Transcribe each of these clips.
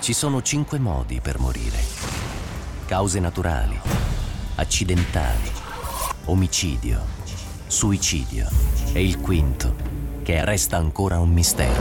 Ci sono 5 modi per morire: cause naturali, accidentali, omicidio, suicidio e il quinto, che resta ancora un mistero.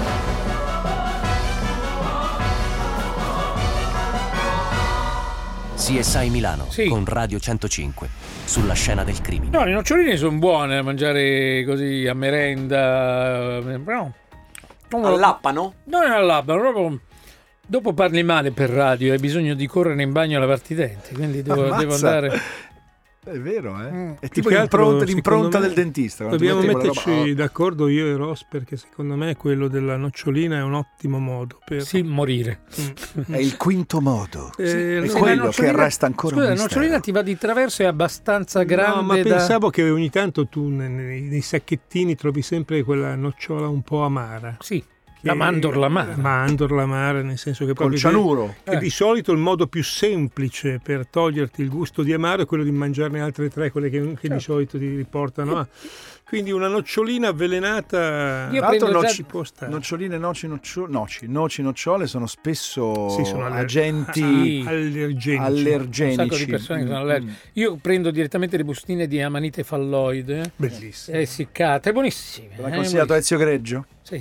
CSI Milano, sì, con Radio 105, sulla scena del crimine. No, le noccioline sono buone da mangiare così a merenda. No. Allappano? Non allappano, proprio. Dopo parli male per radio, hai bisogno di correre in bagno a lavarti i denti, quindi devo andare. È vero, È tipo l'impronta del dentista. Dobbiamo metterci d'accordo io e Ross, perché secondo me quello della nocciolina è un ottimo modo per morire. È il quinto modo. È quello che resta ancora un mistero. La nocciolina ti va di traverso, è abbastanza grande. No, ma pensavo che ogni tanto tu nei sacchettini trovi sempre quella nocciola un po' amara. Sì. La mandorla amara, nel senso che col cianuro. Che di solito il modo più semplice per toglierti il gusto di amaro è quello di mangiarne altre tre, quelle che di solito ti riportano. Quindi una nocciolina avvelenata ci può stare. Noccioline, noci, nocciole sono spesso agenti allergenici. Un sacco di persone che sono allergiche. Io prendo direttamente le bustine di amanite falloide. Bellissime. Essiccate, buonissime. L'ha consigliato Ezio Greggio? Sì.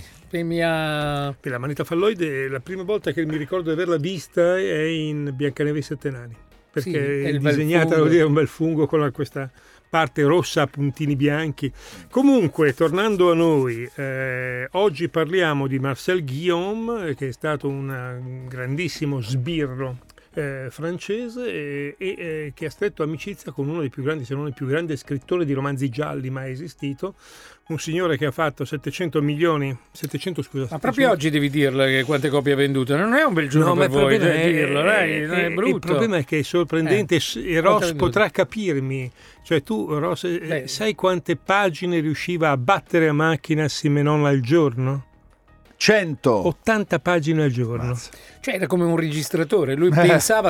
La manita falloide, la prima volta che mi ricordo di averla vista è in Biancaneve e i Sette Nani, perché è disegnata, devo dire, un bel fungo con questa parte rossa a puntini bianchi. Comunque, tornando a noi, oggi parliamo di Marcel Guillaume, che è stato un grandissimo sbirro francese e che ha stretto amicizia con uno dei più grandi, se non il più grande scrittore di romanzi gialli mai esistito, un signore che ha fatto 700 milioni. Ma proprio oggi devi dirle che quante copie ha venduto, non è un bel giorno per voi dirlo, è brutto. Il problema è che è sorprendente e Ross potrà capirmi. Cioè tu, Ross, sai quante pagine riusciva a battere a macchina Simenon al giorno? 80 pagine al giorno. Mazza. Cioè era come un registratore, lui pensava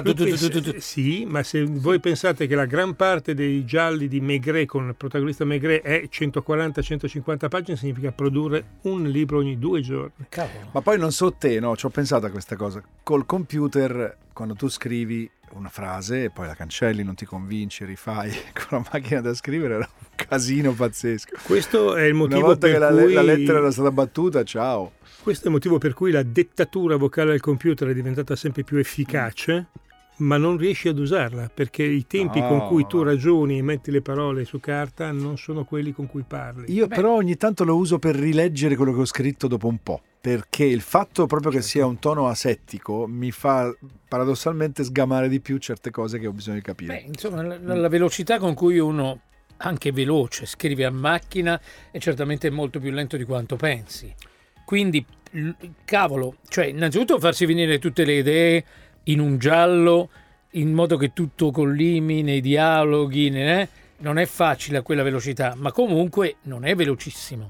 Sì, ma se voi pensate che la gran parte dei gialli di Maigret con il protagonista Maigret è 140-150 pagine, significa produrre un libro ogni 2 giorni. Cavolo. Ma poi non so te, no, ci ho pensato a questa cosa. Col computer, quando tu scrivi una frase e poi la cancelli, non ti convinci, rifai, con la macchina da scrivere era un casino pazzesco. Questo è il motivo una volta per che cui la lettera era stata battuta, ciao. Questo è il motivo per cui la dettatura vocale del computer è diventata sempre più efficace, ma non riesci ad usarla, perché i tempi con cui tu ragioni e metti le parole su carta non sono quelli con cui parli. Io però ogni tanto lo uso per rileggere quello che ho scritto dopo un po', perché il fatto proprio che sia un tono asettico mi fa paradossalmente sgamare di più certe cose che ho bisogno di capire. Insomma, la velocità con cui uno, anche veloce, scrive a macchina è certamente molto più lento di quanto pensi. Quindi, cavolo, cioè innanzitutto farsi venire tutte le idee in un giallo, in modo che tutto collimi nei dialoghi, non è facile a quella velocità, ma comunque non è velocissimo.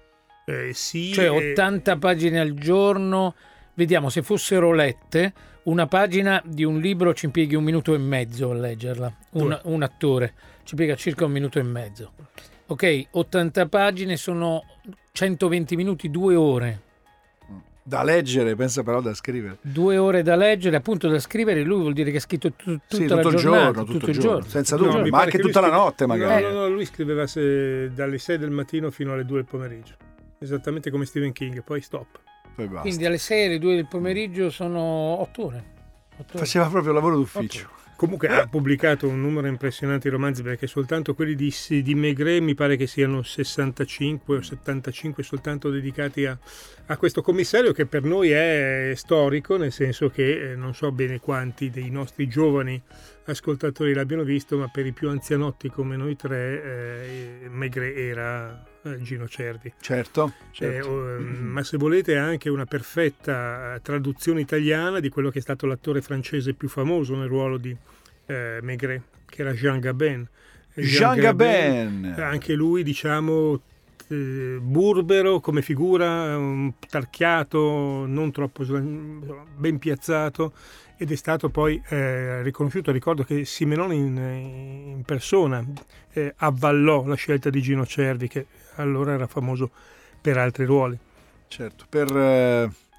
Sì, cioè 80 pagine al giorno, vediamo, se fossero lette, una pagina di un libro ci impieghi 1 minuto e mezzo a leggerla, un attore ci impiega circa 1 minuto e mezzo. Ok, 80 pagine sono 120 minuti, 2 ore. Da leggere, pensa però da scrivere. 2 ore da leggere, appunto da scrivere, lui vuol dire che ha scritto tutta la tutto giornata, tutto il giorno. Senza dubbio, no, ma anche tutta la notte magari. No, lui scriveva dalle 6 del mattino fino alle 2 del pomeriggio, esattamente come Stephen King, poi stop. Poi basta. Quindi alle 6 e alle 2 del pomeriggio sono 8 ore. Faceva proprio lavoro d'ufficio. Comunque ha pubblicato un numero impressionante di romanzi, perché soltanto quelli di Maigret mi pare che siano 65 o 75 soltanto dedicati a questo commissario, che per noi è storico, nel senso che non so bene quanti dei nostri giovani ascoltatori l'abbiano visto, ma per i più anzianotti come noi tre Maigret era Gino Cervi. Certo. Ma se volete anche una perfetta traduzione italiana di quello che è stato l'attore francese più famoso nel ruolo di Maigret, che era Jean Gabin. Jean Gabin, anche lui, diciamo, burbero come figura, tarchiato, non troppo ben piazzato, ed è stato poi riconosciuto. Ricordo che Simenon in persona avvallò la scelta di Gino Cervi, che allora era famoso per altri ruoli. Certo, per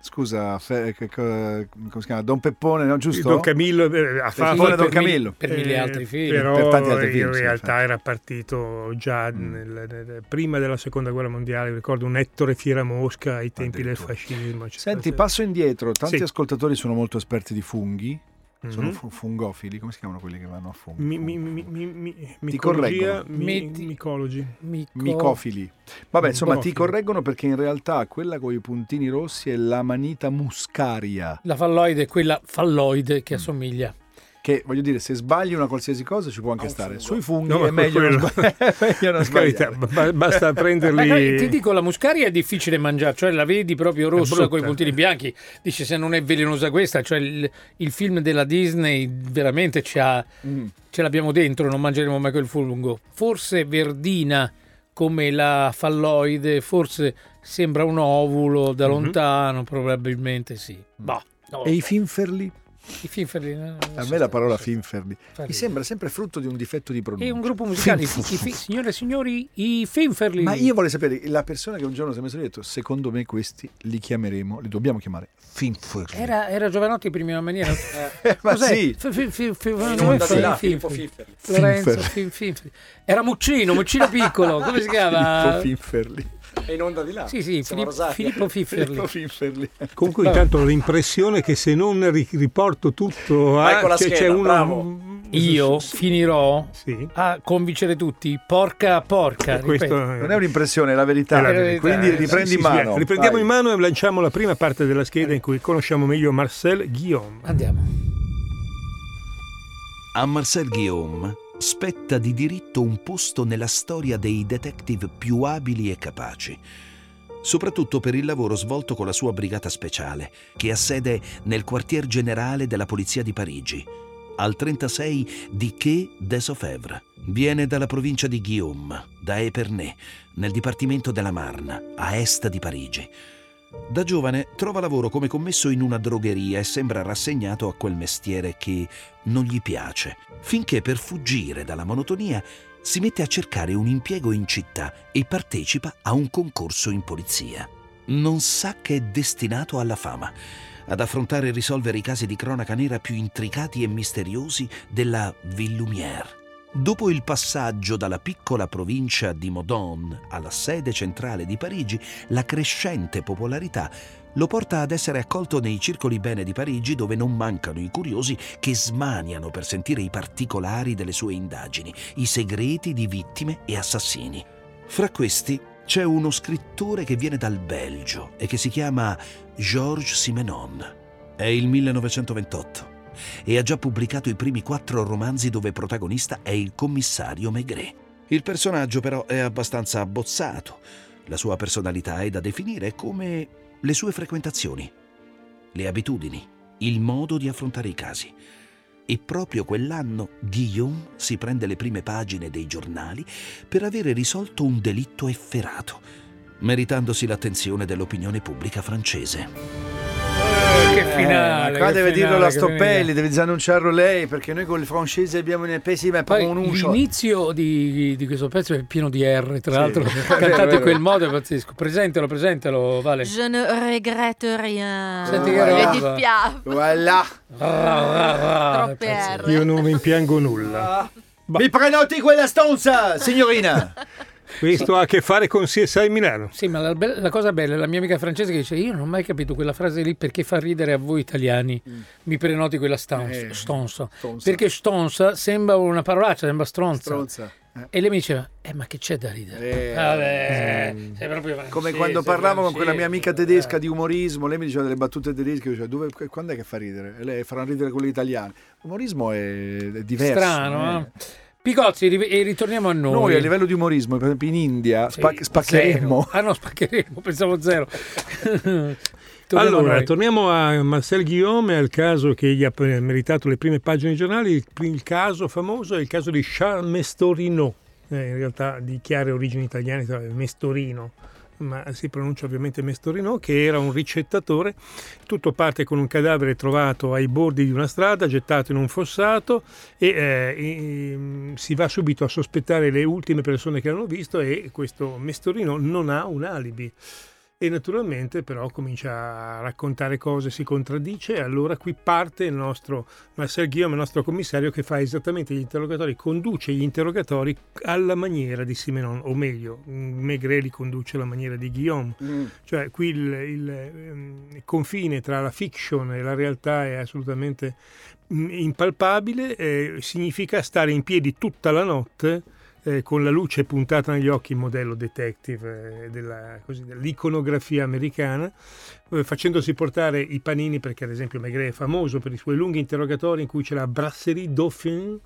Scusa, come si chiama? Don Peppone, no, giusto? Don Camillo ha fatto Don Camillo. Per mille altri film. Però per tanti altri film, in realtà infatti. era partito già prima della seconda guerra mondiale. Ricordo un Ettore Fieramosca ai tempi del fascismo. Senti, passo indietro. Tanti Sì. ascoltatori sono molto esperti di funghi. Sono fungofili, come si chiamano quelli che vanno a funghi? Ti correggono. Micologi. Micofili. Vabbè, insomma, ti Micofili. correggono perché in realtà quella con i puntini rossi è l'Amanita muscaria. La falloide è quella falloide che assomiglia. Che, voglio dire, se sbagli una qualsiasi cosa ci può anche stare. Sui funghi No, è meglio non Per carità, sbagliare. basta prenderli. Ti dico, la muscaria è difficile mangiare, cioè la vedi proprio rossa brutta. con i puntini bianchi. Dici, se non è velenosa questa, cioè il film della Disney veramente ce l'abbiamo dentro, non mangeremo mai quel fungo. Forse verdina come la falloide, forse sembra un ovulo da lontano, probabilmente sì. Boh, no, E i finferli? i finferli, A me la parola finferli Fa mi sembra sempre frutto di un difetto di pronuncia. è un gruppo musicale, signore e signori, i finferli. Ma io vorrei sapere, la persona che un giorno si è messo lì e ha detto, secondo me questi li dobbiamo chiamare finferli. Era Giovanotti prima maniera. Ma Cos'è? sì. In onda di là, Filippo Fifferli. Lorenzo Finferli. Era Muccino piccolo, come si chiama? Finferli. È in onda di là. Sì, Siamo rosati. Filippo Fifferli. Finferli. Comunque intanto ho l'impressione che se non riporto tutto Vai con la c'è scheda, uno. bravo. Io finirò Sì. a convincere tutti, porca, Questo ripeto. Non è un'impressione, è la verità. È la verità. Quindi riprendi in mano. Riprendiamo Vai. in mano e lanciamo la prima parte della scheda in cui conosciamo meglio Marcel Guillaume. Andiamo. A Marcel Guillaume spetta di diritto un posto nella storia dei detective più abili e capaci, soprattutto per il lavoro svolto con la sua brigata speciale, che ha sede nel quartier generale della polizia di Parigi, al 36 di Quai des Orfèvres. Viene dalla provincia di Guillaume, da Épernay, nel dipartimento della Marne, a est di Parigi. Da giovane trova lavoro come commesso in una drogheria e sembra rassegnato a quel mestiere che non gli piace, finché per fuggire dalla monotonia si mette a cercare un impiego in città e partecipa a un concorso in polizia. Non sa che è destinato alla fama, ad affrontare e risolvere i casi di cronaca nera più intricati e misteriosi della Ville Lumière. Dopo il passaggio dalla piccola provincia di Meudon alla sede centrale di Parigi, la crescente popolarità lo porta ad essere accolto nei circoli bene di Parigi, dove non mancano i curiosi che smaniano per sentire i particolari delle sue indagini, i segreti di vittime e assassini. Fra questi c'è uno scrittore che viene dal Belgio e che si chiama Georges Simenon. È il 1928 e ha già pubblicato i primi 4 romanzi dove protagonista è il commissario Maigret. Il personaggio però è abbastanza abbozzato. La sua personalità è da definire come le sue frequentazioni, le abitudini, il modo di affrontare i casi. E proprio quell'anno Guillaume si prende le prime pagine dei giornali per avere risolto un delitto efferato, meritandosi l'attenzione dell'opinione pubblica francese. Che finale. Qua che deve dirlo finale, la che Stoppelli, deve disannunciarlo lei, perché noi con il francese abbiamo una pessima Poi pronuncia. l'inizio di questo pezzo è pieno di R, tra l'altro, È cantato vero. in quel modo è pazzesco. Presentalo, Vale. Je ne regrette rien. Senti che Edith roba. Piaf. Voilà. Troppe Pazzesco. R. Io non rimpiango nulla. Mi prenoti quella stanza, signorina. Questo ha a che fare con CSI Milano. Sì, ma la cosa bella è la mia amica francese che dice: io non ho mai capito quella frase lì perché fa ridere a voi italiani. Mi prenoti quella stonza. Perché stonza sembra una parolaccia, sembra stronza. Stronza. E lei mi diceva: ma che c'è da ridere? Vabbè, sei proprio francese, Come quando parlavo con quella mia amica tedesca di umorismo, lei mi diceva delle battute tedesche, io dicevo, quando è che fa ridere? E lei faranno ridere quelli italiani. L'umorismo è diverso. Strano, eh? Picozzi, e ritorniamo a noi. Noi a livello di umorismo, per esempio in India, Sì, spaccheremmo. zero. Ah no, spaccheremo, pensavo zero. Allora, torniamo a Marcel Guillaume e al caso che gli ha meritato le prime pagine dei giornali. Il caso famoso è il caso di Charles Mestorino, in realtà di chiare origini italiane, Mestorino, ma si pronuncia ovviamente Mestorino, che era un ricettatore. Tutto parte con un cadavere trovato ai bordi di una strada, gettato in un fossato, e si va subito a sospettare le ultime persone che l'hanno visto, e questo Mestorino non ha un alibi. e naturalmente però comincia a raccontare cose, si contraddice, e allora qui parte il nostro Marcel Guillaume, il nostro commissario, che fa esattamente gli interrogatori, conduce gli interrogatori alla maniera di Simenon, o meglio, Maigret li conduce alla maniera di Guillaume. Cioè qui il confine tra la fiction e la realtà è assolutamente impalpabile, significa stare in piedi tutta la notte con la luce puntata negli occhi, modello detective dell'iconografia americana, facendosi portare i panini, perché ad esempio Maigret è famoso per i suoi lunghi interrogatori in cui c'è la Brasserie Dauphin,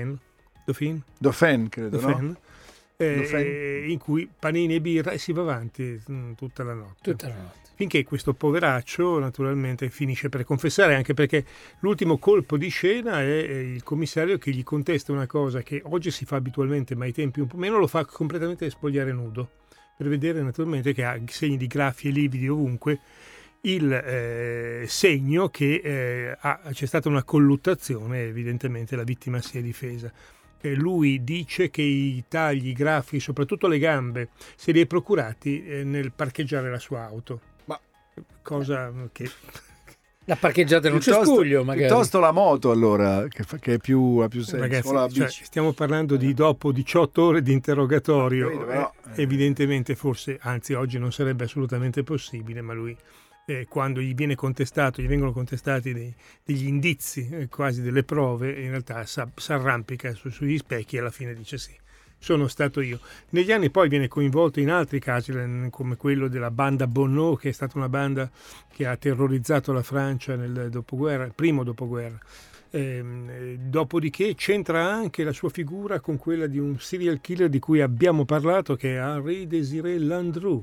credo, no? In cui panini e birra, e si va avanti tutta la notte. Finché questo poveraccio naturalmente finisce per confessare, anche perché l'ultimo colpo di scena è il commissario che gli contesta una cosa che oggi si fa abitualmente, ma ai tempi un po' meno, lo fa completamente spogliare nudo, per vedere naturalmente che ha segni di graffie lividi ovunque, il segno che c'è stata una colluttazione, evidentemente la vittima si è difesa. Lui dice che i tagli, i graffi, soprattutto le gambe, se li è procurati nel parcheggiare la sua auto. Ma cosa che... La parcheggiata in un cespuglio, magari. Piuttosto la moto, allora, che ha più senso. Ragazzi, stiamo parlando di dopo 18 ore di interrogatorio. Evidentemente, forse, anzi oggi non sarebbe assolutamente possibile, ma lui... quando gli vengono contestati degli indizi, quasi delle prove, in realtà si arrampica sugli specchi e alla fine dice sì, sono stato io. Negli anni poi viene coinvolto in altri casi, come quello della banda Bonnot, che è stata una banda che ha terrorizzato la Francia nel primo dopoguerra. Dopodiché c'entra anche la sua figura con quella di un serial killer di cui abbiamo parlato, che è Henri Désiré Landru.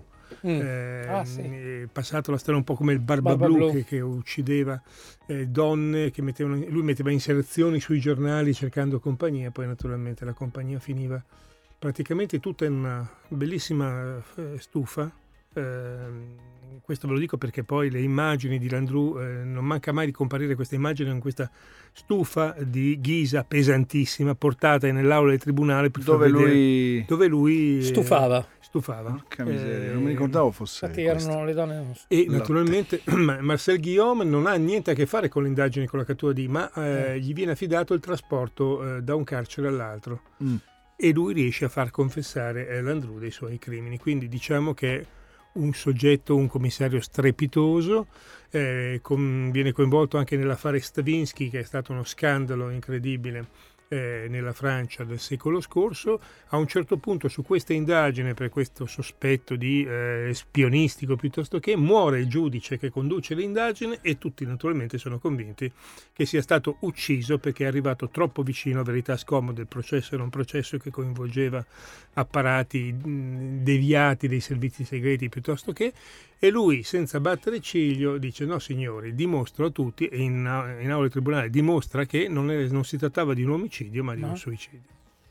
È passato la storia un po' come il Barbablù che uccideva donne, che lui metteva inserzioni sui giornali cercando compagnia, poi naturalmente la compagnia finiva praticamente tutta in una bellissima stufa. Questo ve lo dico perché poi le immagini di Landru, non manca mai di comparire questa immagine con questa stufa di ghisa pesantissima portata nell'aula del tribunale dove lui stufava. Porca miseria, non mi ricordavo fosse. Infatti erano le donne. E naturalmente Marcel Guillaume non ha niente a che fare con le indagini, con la cattura ma gli viene affidato il trasporto da un carcere all'altro. E lui riesce a far confessare Landru dei suoi crimini. Quindi diciamo che è un soggetto, un commissario strepitoso, viene coinvolto anche nell'affare Stravinsky, che è stato uno scandalo incredibile nella Francia del secolo scorso. A un certo punto su questa indagine, per questo sospetto di spionistico piuttosto che, muore il giudice che conduce l'indagine e tutti naturalmente sono convinti che sia stato ucciso perché è arrivato troppo vicino a verità scomode. Il processo era un processo che coinvolgeva apparati deviati dei servizi segreti piuttosto che, e lui senza battere ciglio dice no signori, dimostro a tutti, e in aula tribunale dimostra che non si trattava di un omicidio ma di un suicidio.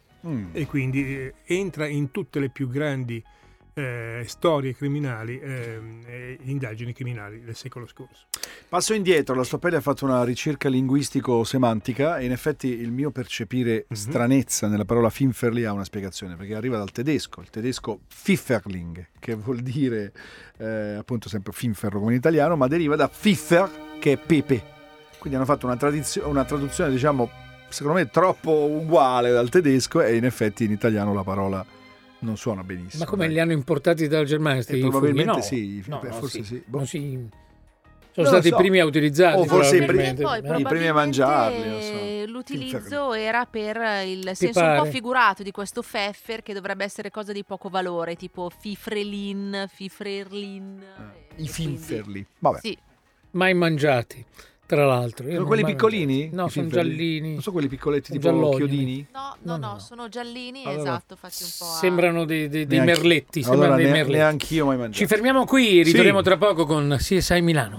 E quindi entra in tutte le più grandi storie criminali, indagini criminali del secolo scorso. Passo indietro, la Stoppelli ha fatto una ricerca linguistico-semantica e in effetti il mio percepire stranezza nella parola Finferli ha una spiegazione, perché arriva dal tedesco, il tedesco Pfifferling, che vuol dire appunto sempre Finferro come in italiano, ma deriva da Pfiffer, che è pepe. Quindi hanno fatto una traduzione, diciamo, secondo me troppo uguale dal tedesco, e in effetti in italiano la parola non suona benissimo. Ma come li hanno importati dalla Germania? Probabilmente funghi? No. Forse sì. Boh. Sono stati i primi a utilizzarli, o forse i primi a mangiarli. Non so. L'utilizzo era per il senso un po' figurato di questo Pfeffer, che dovrebbe essere cosa di poco valore, tipo Fifrelin. I Finferli. Vabbè. Sì. Mai mangiati. Tra l'altro, sono quelli piccolini? No, sono giallini. Non so, quelli piccoletti tipo chiodini? No, sono giallini, allora, esatto, fatti un po'. Sembrano dei merletti. Sembrano dei merletti. Neanch'io mai mangiato. Ci fermiamo qui, ritorniamo tra poco con CSI Milano.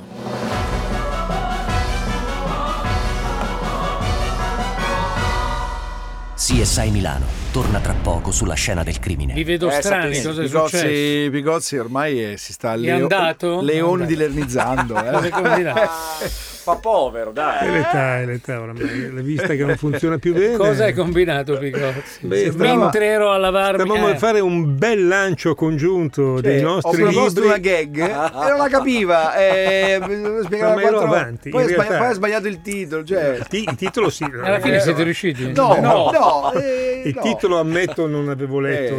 CSI Milano. torna tra poco sulla scena del crimine. Vi vedo strani, cosa è successo? Pigozzi ormai si sta leoni dilernizzando. Fa povero, dai. È l'età oramai, l'hai vista che non funziona più bene. Cosa hai combinato, Pigozzi? Mentre ero a lavarmi. Stavamo a fare un bel lancio congiunto dei nostri libri. Ho proposto una gag e non la capiva. Ma ero avanti. Poi ha sbagliato il titolo. Il titolo sì. Alla fine siete riusciti? No. Il titolo ammetto non avevo letto.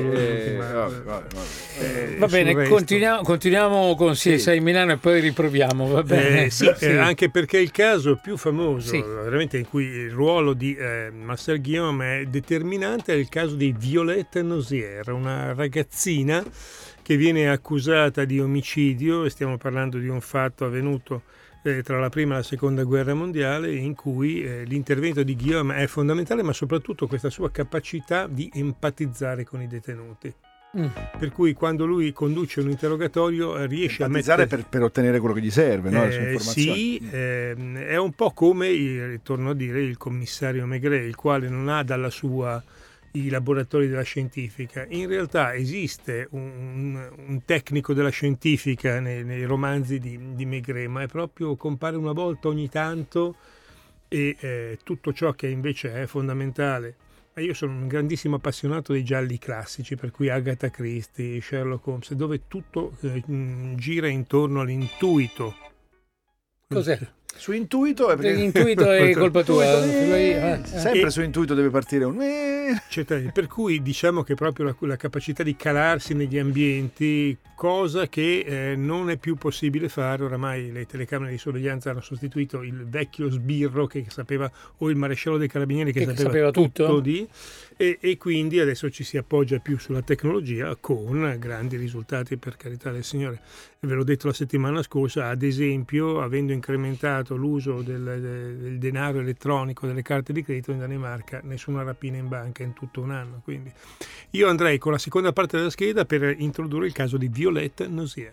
Va bene, continuiamo con CSI Milano e poi riproviamo. Va bene. Anche perché è il caso più famoso, veramente, in cui il ruolo di Marcel Guillaume è determinante, è il caso di Violette Nozière, una ragazzina che viene accusata di omicidio, e stiamo parlando di un fatto avvenuto tra la prima e la seconda guerra mondiale, in cui l'intervento di Guillaume è fondamentale, ma soprattutto questa sua capacità di empatizzare con i detenuti. Per cui quando lui conduce un interrogatorio riesce a mettere per ottenere quello che gli serve, no? Le sue informazioni. È un po' come, torno a dire, il commissario Maigret, il quale non ha dalla sua i laboratori della scientifica. In realtà esiste un tecnico della scientifica nei romanzi di Maigret, ma è proprio, compare una volta ogni tanto, e tutto ciò che invece è fondamentale. Io sono un grandissimo appassionato dei gialli classici, per cui Agatha Christie, Sherlock Holmes, dove tutto gira intorno all'intuito. Cos'è? Su intuito l'intuito è colpa tua. Sempre su intuito deve partire per cui diciamo che proprio la capacità di calarsi negli ambienti, cosa che non è più possibile fare. Oramai le telecamere di sorveglianza hanno sostituito il vecchio sbirro che sapeva, o il maresciallo dei carabinieri che sapeva tutto e quindi adesso ci si appoggia più sulla tecnologia, con grandi risultati, per carità del Signore. Ve l'ho detto la settimana scorsa, ad esempio, avendo incrementato l'uso del denaro elettronico, delle carte di credito in Danimarca, nessuna rapina in banca in tutto un anno. Quindi io andrei con la seconda parte della scheda per introdurre il caso di Violette Nozière.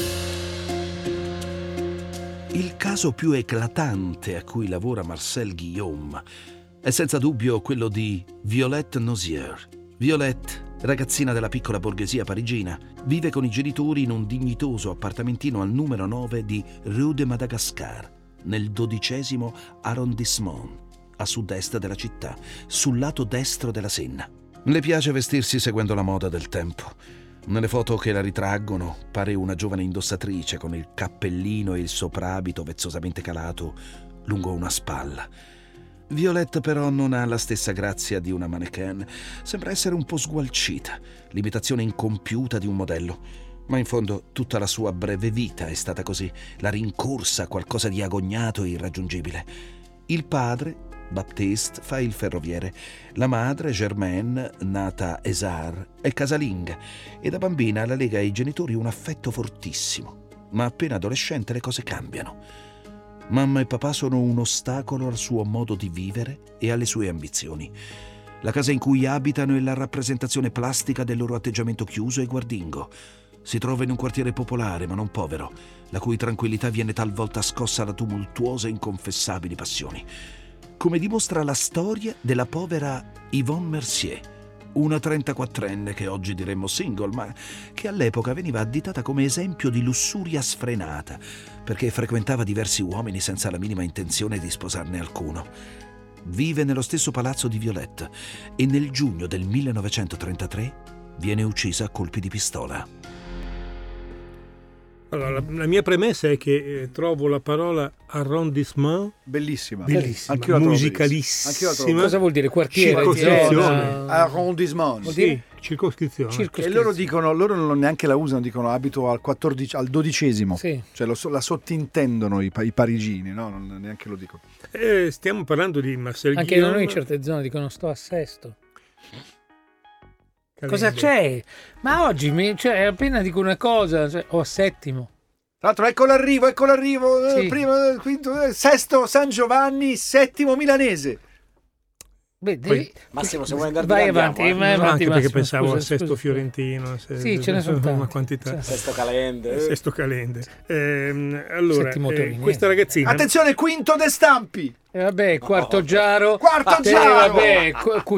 Il caso più eclatante a cui lavora Marcel Guillaume è senza dubbio quello di Violette Nozière. Violette, ragazzina della piccola borghesia parigina, vive con i genitori in un dignitoso appartamentino al numero 9 di Rue de Madagascar, nel 12° arrondissement, a sud-est della città, sul lato destro della Senna. Le piace vestirsi seguendo la moda del tempo. Nelle foto che la ritraggono pare una giovane indossatrice con il cappellino e il soprabito vezzosamente calato lungo una spalla. Violette però non ha la stessa grazia di una mannequin, sembra essere un po' sgualcita, l'imitazione incompiuta di un modello. Ma in fondo tutta la sua breve vita è stata così, la rincorsa a qualcosa di agognato e irraggiungibile. Il padre, Baptiste, fa il ferroviere, la madre, Germaine, nata Esar, è casalinga e da bambina la lega ai genitori un affetto fortissimo. Ma appena adolescente le cose cambiano. Mamma e papà sono un ostacolo al suo modo di vivere e alle sue ambizioni. La casa in cui abitano è la rappresentazione plastica del loro atteggiamento chiuso e guardingo. Si trova in un quartiere popolare ma non povero, la cui tranquillità viene talvolta scossa da tumultuose e inconfessabili passioni. Come dimostra la storia della povera Yvonne Mercier, una 34enne che oggi diremmo single, ma che all'epoca veniva additata come esempio di lussuria sfrenata, perché frequentava diversi uomini senza la minima intenzione di sposarne alcuno. Vive nello stesso palazzo di Violette e nel giugno del 1933 viene uccisa a colpi di pistola. Allora, la mia premessa è che trovo la parola arrondissement bellissima, musicalissima. Cosa vuol dire? Quartiere? Circoscrizione. Arrondissement. Sì, circoscrizione. E loro non neanche la usano, dicono abito al 12°. Sì. Cioè la sottintendono i parigini, no? Non neanche lo dicono. Stiamo parlando di Marcel Guillaume. Anche da noi in certe zone dicono sto a sesto. Cosa c'è? Ma oggi appena dico una cosa, o a settimo. Tra l'altro ecco l'arrivo, sì. Primo, quinto, sesto San Giovanni, settimo milanese. Massimo, se vuoi andare vai avanti, vai avanti, perché Massimo, pensavo scusa, al Sesto scusa. Fiorentino. Sì, ce ne sono tanti. Una quantità. Sesto Calende. Sesto Calende. Allora, questa ragazzina. Attenzione, quinto De Stampi. Vabbè, quarto Giaro. Vabbè,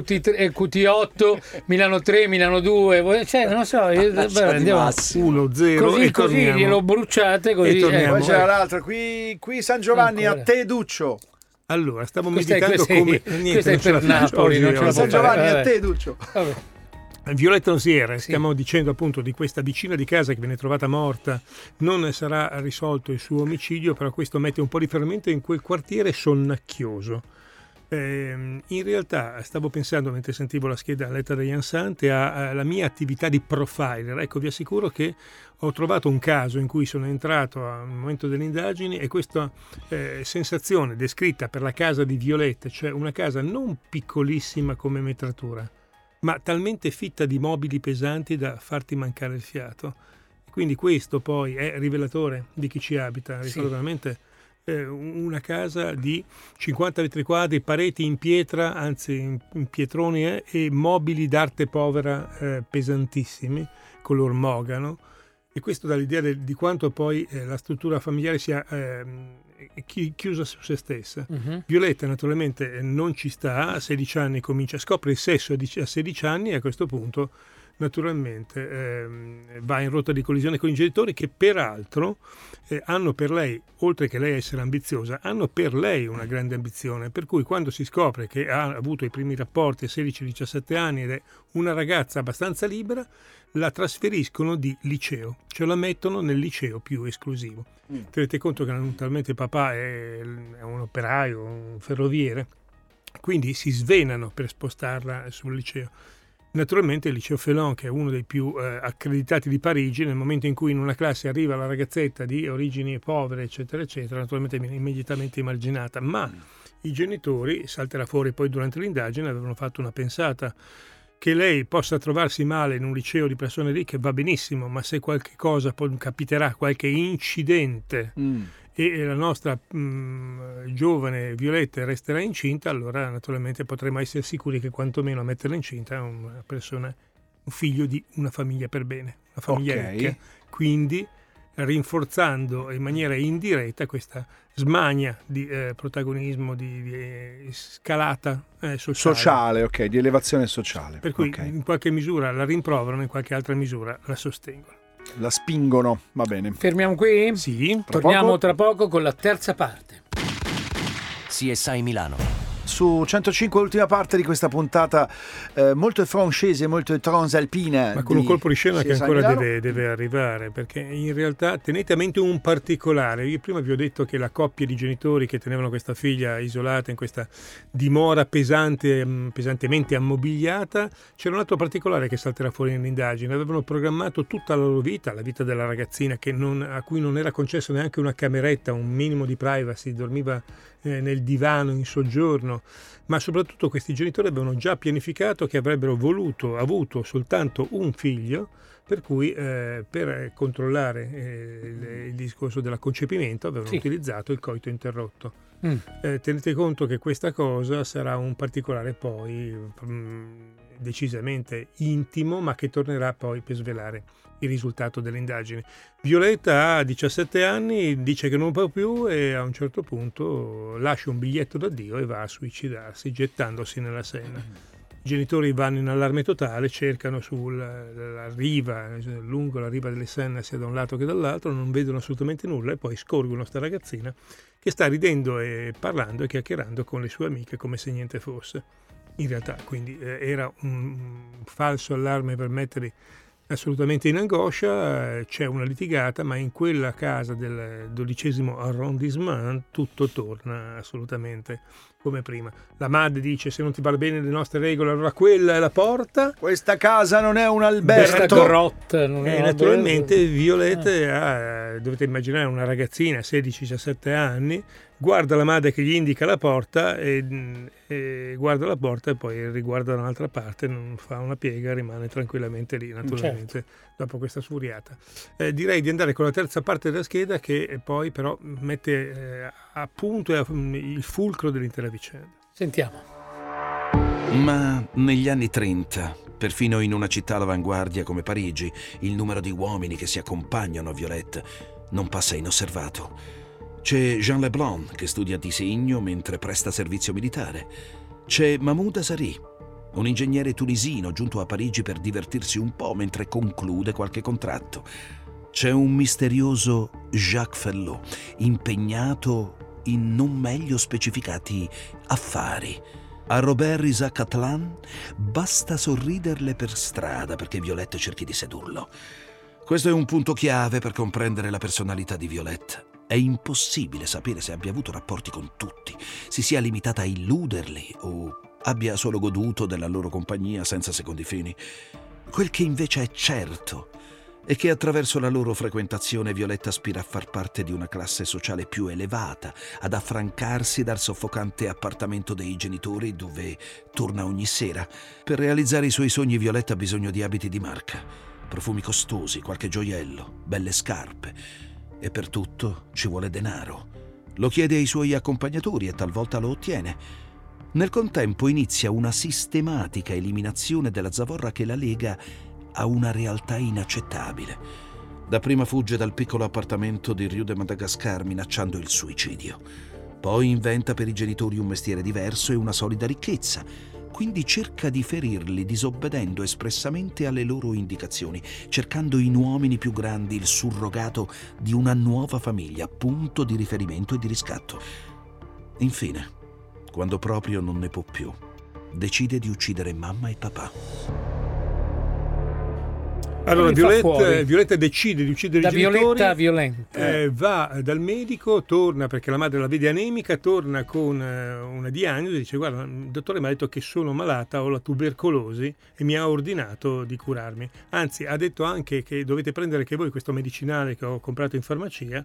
QT8, Milano 3, Milano 2. Cioè, non so. Andiamo 1-0 così, e così glielo bruciate così. torniamo. Poi c'era l'altro, qui San Giovanni Ancora. a te Duccio. Allora, stavo Questa è- meditando questa è- come questa è per Napoli, non ce la San può fare. Giovanni a Vabbè. te Duccio. Vabbè. Violetta Nosiere, stiamo dicendo appunto di questa vicina di casa che viene trovata morta, non sarà risolto il suo omicidio, però questo mette un po' di fermento in quel quartiere sonnacchioso. In realtà stavo pensando, mentre sentivo la scheda letta da Ian Sante, alla mia attività di profiler. Ecco, vi assicuro che ho trovato un caso in cui sono entrato al momento delle indagini e questa sensazione descritta per la casa di Violetta, cioè una casa non piccolissima come metratura, ma talmente fitta di mobili pesanti da farti mancare il fiato. Quindi questo poi è rivelatore di chi ci abita. Ricordo veramente una casa di 50 metri quadri, pareti in pietra, anzi in pietroni, e mobili d'arte povera pesantissimi, color mogano, e questo dà l'idea di quanto poi la struttura familiare sia chiusa su se stessa. Violetta naturalmente non ci sta, a 16 anni scopre il sesso a 16 anni, e a questo punto naturalmente va in rotta di collisione con i genitori, che peraltro hanno per lei, oltre che lei essere ambiziosa, hanno per lei una grande ambizione, per cui quando si scopre che ha avuto i primi rapporti a 16-17 anni ed è una ragazza abbastanza libera, la trasferiscono di liceo, cioè la mettono nel liceo più esclusivo. Tenete conto che naturalmente papà è un operaio, un ferroviere, quindi si svenano per spostarla sul liceo. Naturalmente il liceo Felon, che è uno dei più accreditati di Parigi, nel momento in cui in una classe arriva la ragazzetta di origini povere, eccetera, eccetera, naturalmente viene immediatamente emarginata, ma i genitori, salterà fuori poi durante l'indagine, avevano fatto una pensata: che lei possa trovarsi male in un liceo di persone ricche va benissimo, ma se qualche cosa poi capiterà, qualche incidente, e la nostra giovane Violetta resterà incinta, allora naturalmente potremo essere sicuri che quantomeno a metterla incinta è una persona, un figlio di una famiglia per bene, una famiglia ricca. Quindi rinforzando in maniera indiretta questa smania di protagonismo, di scalata sociale, ok, di elevazione sociale. Per cui in qualche misura la rimproverano, in qualche altra misura la sostengono. La spingono, va bene. Fermiamo qui? Sì. Torniamo tra poco con la terza parte. CSI Milano. Su 105, l'ultima parte di questa puntata molto francese, molto transalpina. Ma con un colpo di scena che ancora Milano. deve arrivare, perché in realtà tenete a mente un particolare. Io prima vi ho detto che la coppia di genitori che tenevano questa figlia isolata in questa dimora pesantemente ammobiliata, c'era un altro particolare che salterà fuori nell'indagine. Avevano programmato tutta la loro vita, la vita della ragazzina, a cui non era concesso neanche una cameretta, un minimo di privacy, dormiva nel divano in soggiorno, ma soprattutto questi genitori avevano già pianificato che avrebbero avuto soltanto un figlio, per cui per controllare il discorso del concepimento avevano utilizzato il coito interrotto. Tenete conto che questa cosa sarà un particolare poi decisamente intimo, ma che tornerà poi per svelare il risultato delle indagini. Violetta ha 17 anni, dice che non può più e a un certo punto lascia un biglietto d'addio e va a suicidarsi gettandosi nella Senna. I genitori vanno in allarme totale, cercano sulla riva, lungo la riva delle Senna, sia da un lato che dall'altro, non vedono assolutamente nulla e poi scorgono sta ragazzina che sta ridendo e parlando e chiacchierando con le sue amiche come se niente fosse. In realtà quindi era un falso allarme per metterli assolutamente in angoscia. C'è una litigata, ma in quella casa del 12° arrondissement tutto torna assolutamente come prima. La madre dice: se non ti vanno bene le nostre regole, allora quella è la porta. Questa casa non è un albergo. Questa grotta non è un naturalmente albergo. Violetta dovete immaginare una ragazzina 16-17 anni, guarda la madre che gli indica la porta e guarda la porta e poi riguarda da un'altra parte, non fa una piega, rimane tranquillamente lì, naturalmente, dopo questa sfuriata. Direi di andare con la terza parte della scheda, che poi però mette a punto il fulcro dell'intera vicenda. Sentiamo. Ma negli anni 30, perfino in una città all'avanguardia come Parigi, il numero di uomini che si accompagnano a Violette non passa inosservato. C'è Jean Leblanc che studia disegno mentre presta servizio militare. C'è Mahmoud Azari, un ingegnere tunisino giunto a Parigi per divertirsi un po' mentre conclude qualche contratto. C'è un misterioso Jacques Fellot, impegnato in non meglio specificati affari. A Robert Isaac Atlan basta sorriderle per strada perché Violette cerchi di sedurlo. Questo è un punto chiave per comprendere la personalità di Violette. È impossibile sapere se abbia avuto rapporti con tutti, si sia limitata a illuderli o abbia solo goduto della loro compagnia senza secondi fini. Quel che invece è certo è che attraverso la loro frequentazione Violetta aspira a far parte di una classe sociale più elevata, ad affrancarsi dal soffocante appartamento dei genitori dove torna ogni sera. Per realizzare i suoi sogni Violetta ha bisogno di abiti di marca, profumi costosi, qualche gioiello, belle scarpe, e per tutto ci vuole denaro. Lo chiede ai suoi accompagnatori e talvolta lo ottiene. Nel contempo inizia una sistematica eliminazione della zavorra che la lega a una realtà inaccettabile. Dapprima fugge dal piccolo appartamento di Rue de Madagascar minacciando il suicidio. Poi inventa per i genitori un mestiere diverso e una solida ricchezza. Quindi cerca di ferirli disobbedendo espressamente alle loro indicazioni, cercando in uomini più grandi il surrogato di una nuova famiglia, punto di riferimento e di riscatto. Infine, quando proprio non ne può più, decide di uccidere mamma e papà. Allora Violette decide di uccidere i genitori. Da Violetta va dal medico, torna perché la madre la vede anemica, torna con una diagnosi, dice: guarda, il dottore mi ha detto che sono malata, ho la tubercolosi e mi ha ordinato di curarmi. Anzi, ha detto anche che dovete prendere anche voi questo medicinale che ho comprato in farmacia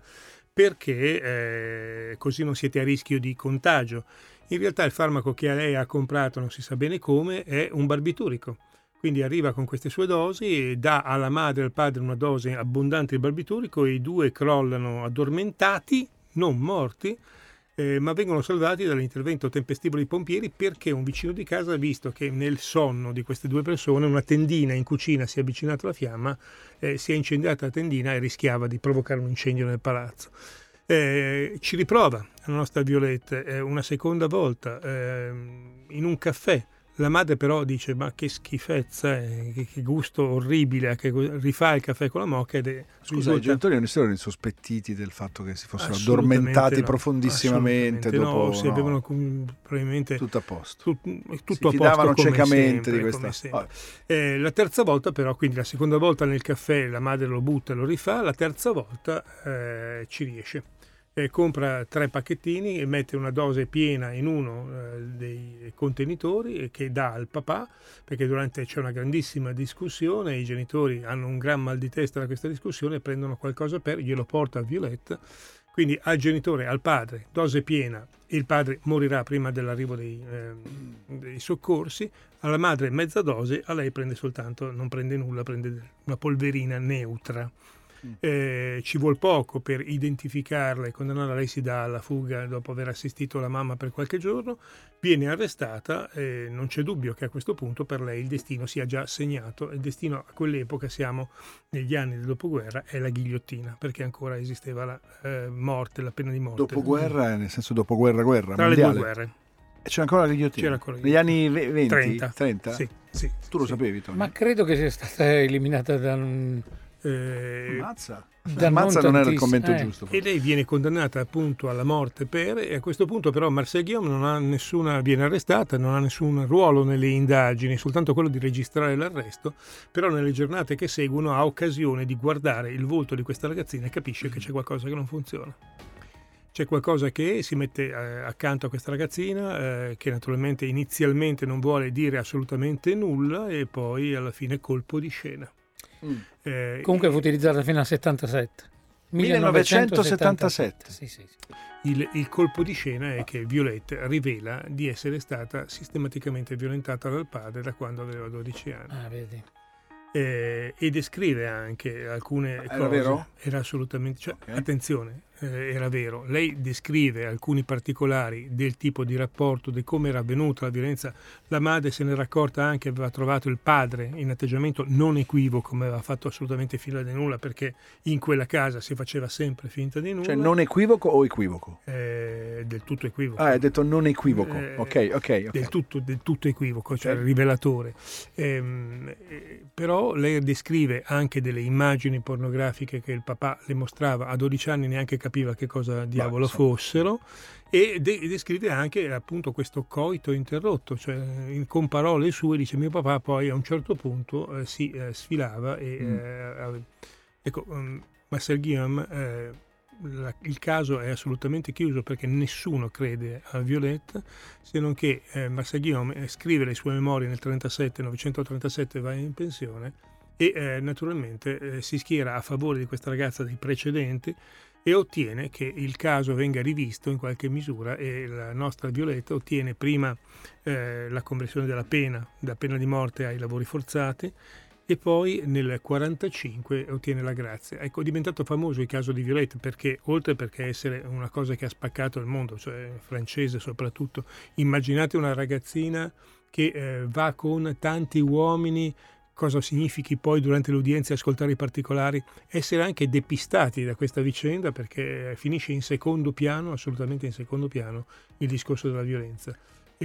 perché così non siete a rischio di contagio. In realtà il farmaco che lei ha comprato, non si sa bene come, è un barbiturico. Quindi arriva con queste sue dosi e dà alla madre e al padre una dose abbondante di barbiturico e i due crollano addormentati, non morti, ma vengono salvati dall'intervento tempestivo dei pompieri perché un vicino di casa ha visto che nel sonno di queste due persone una tendina in cucina si è avvicinata alla fiamma, si è incendiata la tendina e rischiava di provocare un incendio nel palazzo. Ci riprova la nostra Violette una seconda volta in un caffè. La madre però dice: ma che schifezza, che gusto orribile, che rifà il caffè con la moca Scusa, i genitori non si erano insospettiti del fatto che si fossero addormentati profondissimamente dopo? No, si avevano probabilmente tutto a posto. Tutto si a posto, fidavano ciecamente sempre, di questa. La terza volta però, quindi la seconda volta nel caffè la madre lo butta e lo rifà, la terza volta ci riesce. Compra 3 pacchettini e mette una dose piena in uno dei contenitori che dà al papà, perché c'è una grandissima discussione, i genitori hanno un gran mal di testa da questa discussione, prendono qualcosa glielo porta a Violette, quindi al genitore, al padre, dose piena, il padre morirà prima dell'arrivo dei soccorsi, alla madre mezza dose, a lei non prende nulla, prende una polverina neutra. Ci vuol poco per identificarla e condannarla. Lei si dà alla fuga dopo aver assistito la mamma per qualche giorno, viene arrestata e non c'è dubbio che a questo punto per lei il destino sia già segnato. Il destino a quell'epoca, siamo negli anni del dopoguerra, è la ghigliottina, perché ancora esisteva la morte, la pena di morte. Dopoguerra, nel senso dopoguerra tra mondiale. le due guerre. E c'era ancora la ghigliottina? Negli anni 20? 30? Sì. Tu lo sapevi, Tony? Ma credo che sia stata eliminata da Mazza non era il commento giusto. E lei viene condannata appunto alla morte e a questo punto però Marcel Guillaume viene arrestata, non ha nessun ruolo nelle indagini, soltanto quello di registrare l'arresto, però nelle giornate che seguono ha occasione di guardare il volto di questa ragazzina e capisce che c'è qualcosa che non funziona. C'è qualcosa che si mette accanto a questa ragazzina che naturalmente inizialmente non vuole dire assolutamente nulla e poi alla fine colpo di scena. Comunque fu utilizzata fino al 77. 1977. Sì. Il colpo di scena è che Violette rivela di essere stata sistematicamente violentata dal padre da quando aveva 12 anni. Vedi. E descrive anche alcune cose. Vero? Era assolutamente, okay. Attenzione, era vero. Lei descrive alcuni particolari del tipo di rapporto, di come era avvenuta la violenza. La madre se n'era accorta anche, aveva trovato il padre in atteggiamento non equivoco, come aveva fatto assolutamente finta di nulla, perché in quella casa si faceva sempre finta di nulla. Cioè non equivoco o equivoco? Del tutto equivoco. Hai detto non equivoco, ok. Del tutto equivoco, cioè rivelatore. Però lei descrive anche delle immagini pornografiche che il papà le mostrava, a 12 anni neanche capiva che cosa diavolo fossero, e descrive anche appunto questo coito interrotto, cioè con parole sue dice: mio papà poi a un certo punto si sfilava e ecco, Marcel Guillaume, il caso è assolutamente chiuso, perché nessuno crede a Violette, se non che Marcel Guillaume scrive le sue memorie nel 1937 va in pensione e naturalmente si schiera a favore di questa ragazza dei precedenti e ottiene che il caso venga rivisto in qualche misura, e la nostra Violetta ottiene prima la conversione della pena, da pena di morte ai lavori forzati, e poi nel 1945 ottiene la grazia. Ecco, è diventato famoso il caso di Violette perché, oltre perché essere una cosa che ha spaccato il mondo, cioè francese soprattutto, immaginate una ragazzina che va con tanti uomini, cosa significhi poi durante l'udienza ascoltare i particolari, essere anche depistati da questa vicenda, perché finisce in secondo piano, assolutamente in secondo piano, il discorso della violenza.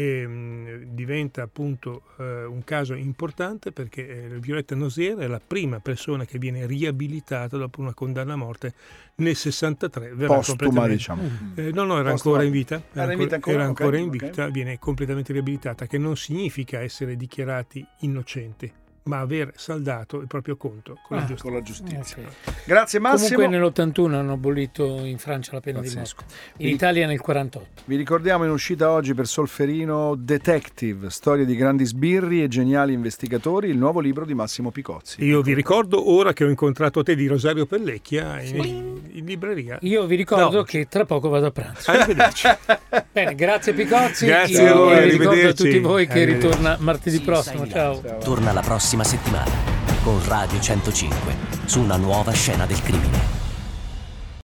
E diventa appunto un caso importante perché Violetta Nozière è la prima persona che viene riabilitata dopo una condanna a morte nel 63. Postuma, diciamo. No, era ancora in vita. Era ancora in vita, viene completamente riabilitata, che non significa essere dichiarati innocenti, ma aver saldato il proprio conto con la giustizia. Okay. Grazie Massimo. Comunque nell'81 hanno abolito in Francia la pena di morte, in Italia nel 48. Vi ricordiamo in uscita oggi per Solferino Detective, storie di grandi sbirri e geniali investigatori, il nuovo libro di Massimo Picozzi. Io vi ricordo, ora che ho incontrato te, di Rosario Pellecchia in libreria. Io vi ricordo che tra poco vado a pranzo. Arrivederci. Bene, grazie Picozzi. Grazie a voi, ricordo a tutti voi che ritorna martedì prossimo. Ciao. Torna la prossima settimana con Radio 105 su Una nuova scena del crimine.